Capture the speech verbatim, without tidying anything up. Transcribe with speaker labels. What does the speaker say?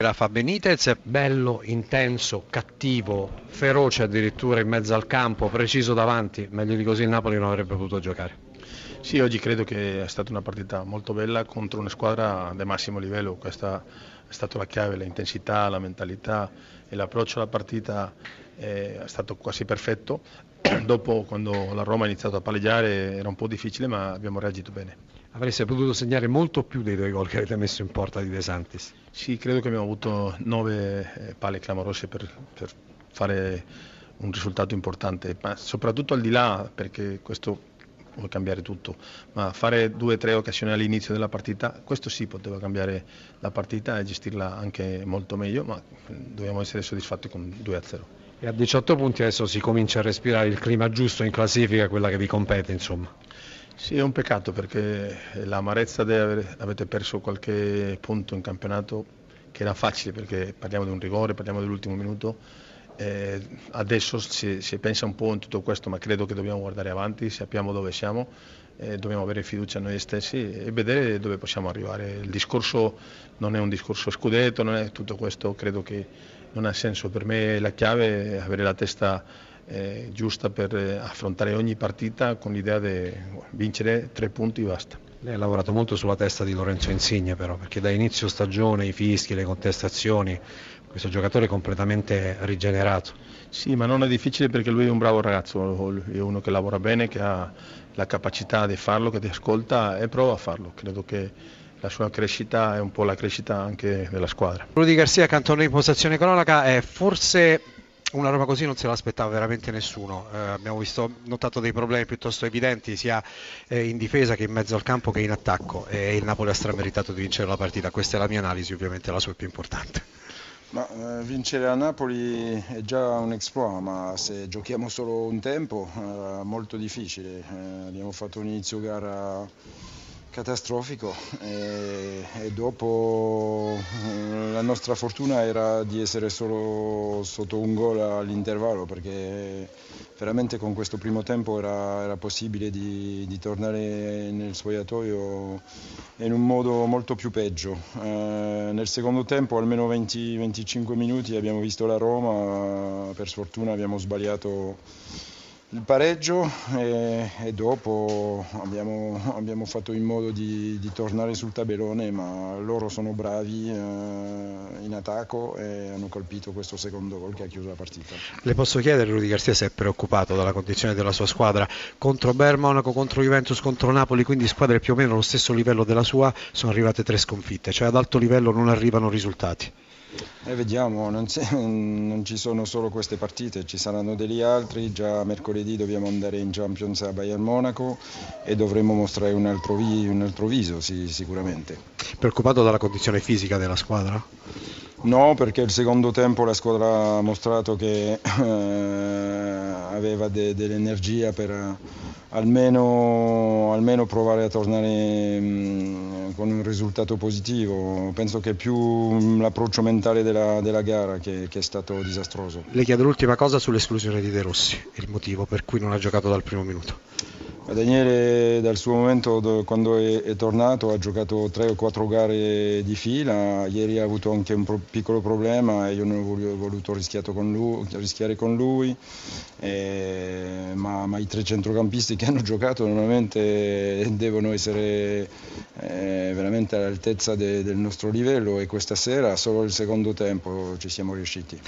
Speaker 1: Rafa Benitez è bello, intenso, cattivo, feroce addirittura in mezzo al campo, preciso davanti, meglio di così il Napoli non avrebbe potuto giocare.
Speaker 2: Sì, oggi credo che è stata una partita molto bella contro una squadra di massimo livello, questa è stata la chiave, l'intensità, la mentalità e l'approccio alla partita è stato quasi perfetto. Dopo, quando la Roma ha iniziato a palleggiare, era un po' difficile, ma abbiamo reagito bene.
Speaker 1: Avreste potuto segnare molto più dei due gol che avete messo in porta di De Santis.
Speaker 2: Sì, credo che abbiamo avuto nove eh, palle clamorose per, per fare un risultato importante, ma soprattutto al di là, perché questo può cambiare tutto, ma fare due o tre occasioni all'inizio della partita, questo sì poteva cambiare la partita e gestirla anche molto meglio, ma dobbiamo essere soddisfatti con due a zero.
Speaker 1: E a diciotto punti adesso si comincia a respirare il clima giusto in classifica, quella che vi compete, insomma.
Speaker 2: Sì, è un peccato perché l'amarezza di aver avete perso qualche punto in campionato, che era facile perché parliamo di un rigore, parliamo dell'ultimo minuto. Eh, adesso si, si pensa un po' in tutto questo, ma credo che dobbiamo guardare avanti, sappiamo dove siamo, eh, dobbiamo avere fiducia in noi stessi e vedere dove possiamo arrivare. Il discorso non è un discorso scudetto, non è tutto questo, credo che non ha senso. Per me la chiave è avere la testa eh, giusta per affrontare ogni partita con l'idea di vincere tre punti e basta.
Speaker 1: Lei ha lavorato molto sulla testa di Lorenzo Insigne però, perché da inizio stagione i fischi, le contestazioni, questo giocatore è completamente rigenerato.
Speaker 2: Sì, ma non è difficile perché lui è un bravo ragazzo, è uno che lavora bene, che ha la capacità di farlo, che ti ascolta e prova a farlo. Credo che la sua crescita è un po' la crescita anche della squadra.
Speaker 1: Rudy Garcia, cantone in postazione cronaca, è forse una roba così non se l'aspettava veramente nessuno. Eh, abbiamo visto, notato dei problemi piuttosto evidenti sia eh, in difesa che in mezzo al campo che in attacco e il Napoli ha strameritato di vincere la partita. Questa è la mia analisi, ovviamente la sua è più importante.
Speaker 3: Ma, eh, vincere a Napoli è già un exploit, ma se giochiamo solo un tempo è molto difficile. Eh, abbiamo fatto un inizio gara catastrofico e, e dopo eh, la nostra fortuna era di essere solo sotto un gol all'intervallo, perché veramente con questo primo tempo era, era possibile di, di tornare nel spogliatoio in un modo molto più peggio. Eh, nel secondo tempo almeno venti venticinque minuti abbiamo visto la Roma, per sfortuna abbiamo sbagliato il pareggio e, e dopo abbiamo, abbiamo fatto in modo di, di tornare sul tabellone, ma loro sono bravi eh, in attacco e hanno colpito questo secondo gol che ha chiuso la partita.
Speaker 1: Le posso chiedere, Rudy Garcia, se è preoccupato dalla condizione della sua squadra? Contro Bayern Monaco, contro Juventus, contro Napoli, quindi squadre più o meno allo stesso livello della sua, sono arrivate tre sconfitte, cioè ad alto livello non arrivano risultati.
Speaker 3: E vediamo, non, non ci sono solo queste partite, ci saranno degli altri. Già mercoledì dobbiamo andare in Champions a Bayern Monaco e dovremo mostrare un altro, vi, un altro viso, sì, sicuramente.
Speaker 1: Preoccupato dalla condizione fisica della squadra?
Speaker 3: No, perché il secondo tempo la squadra ha mostrato che eh, aveva de, dell'energia per eh, almeno, almeno provare a tornare mh, con un risultato positivo. Penso che è più l'approccio mentale della, della gara che, che è stato disastroso.
Speaker 1: Le chiedo l'ultima cosa sull'esclusione di De Rossi e il motivo per cui non ha giocato dal primo minuto.
Speaker 3: Daniele dal suo momento, quando è, è tornato, ha giocato tre o quattro gare di fila. Ieri ha avuto anche un pro, piccolo problema e io non ho voluto con lui, rischiare con lui, e, ma, ma i tre centrocampisti che hanno giocato normalmente devono essere eh, veramente all'altezza de, del nostro livello, e questa sera solo il secondo tempo ci siamo riusciti.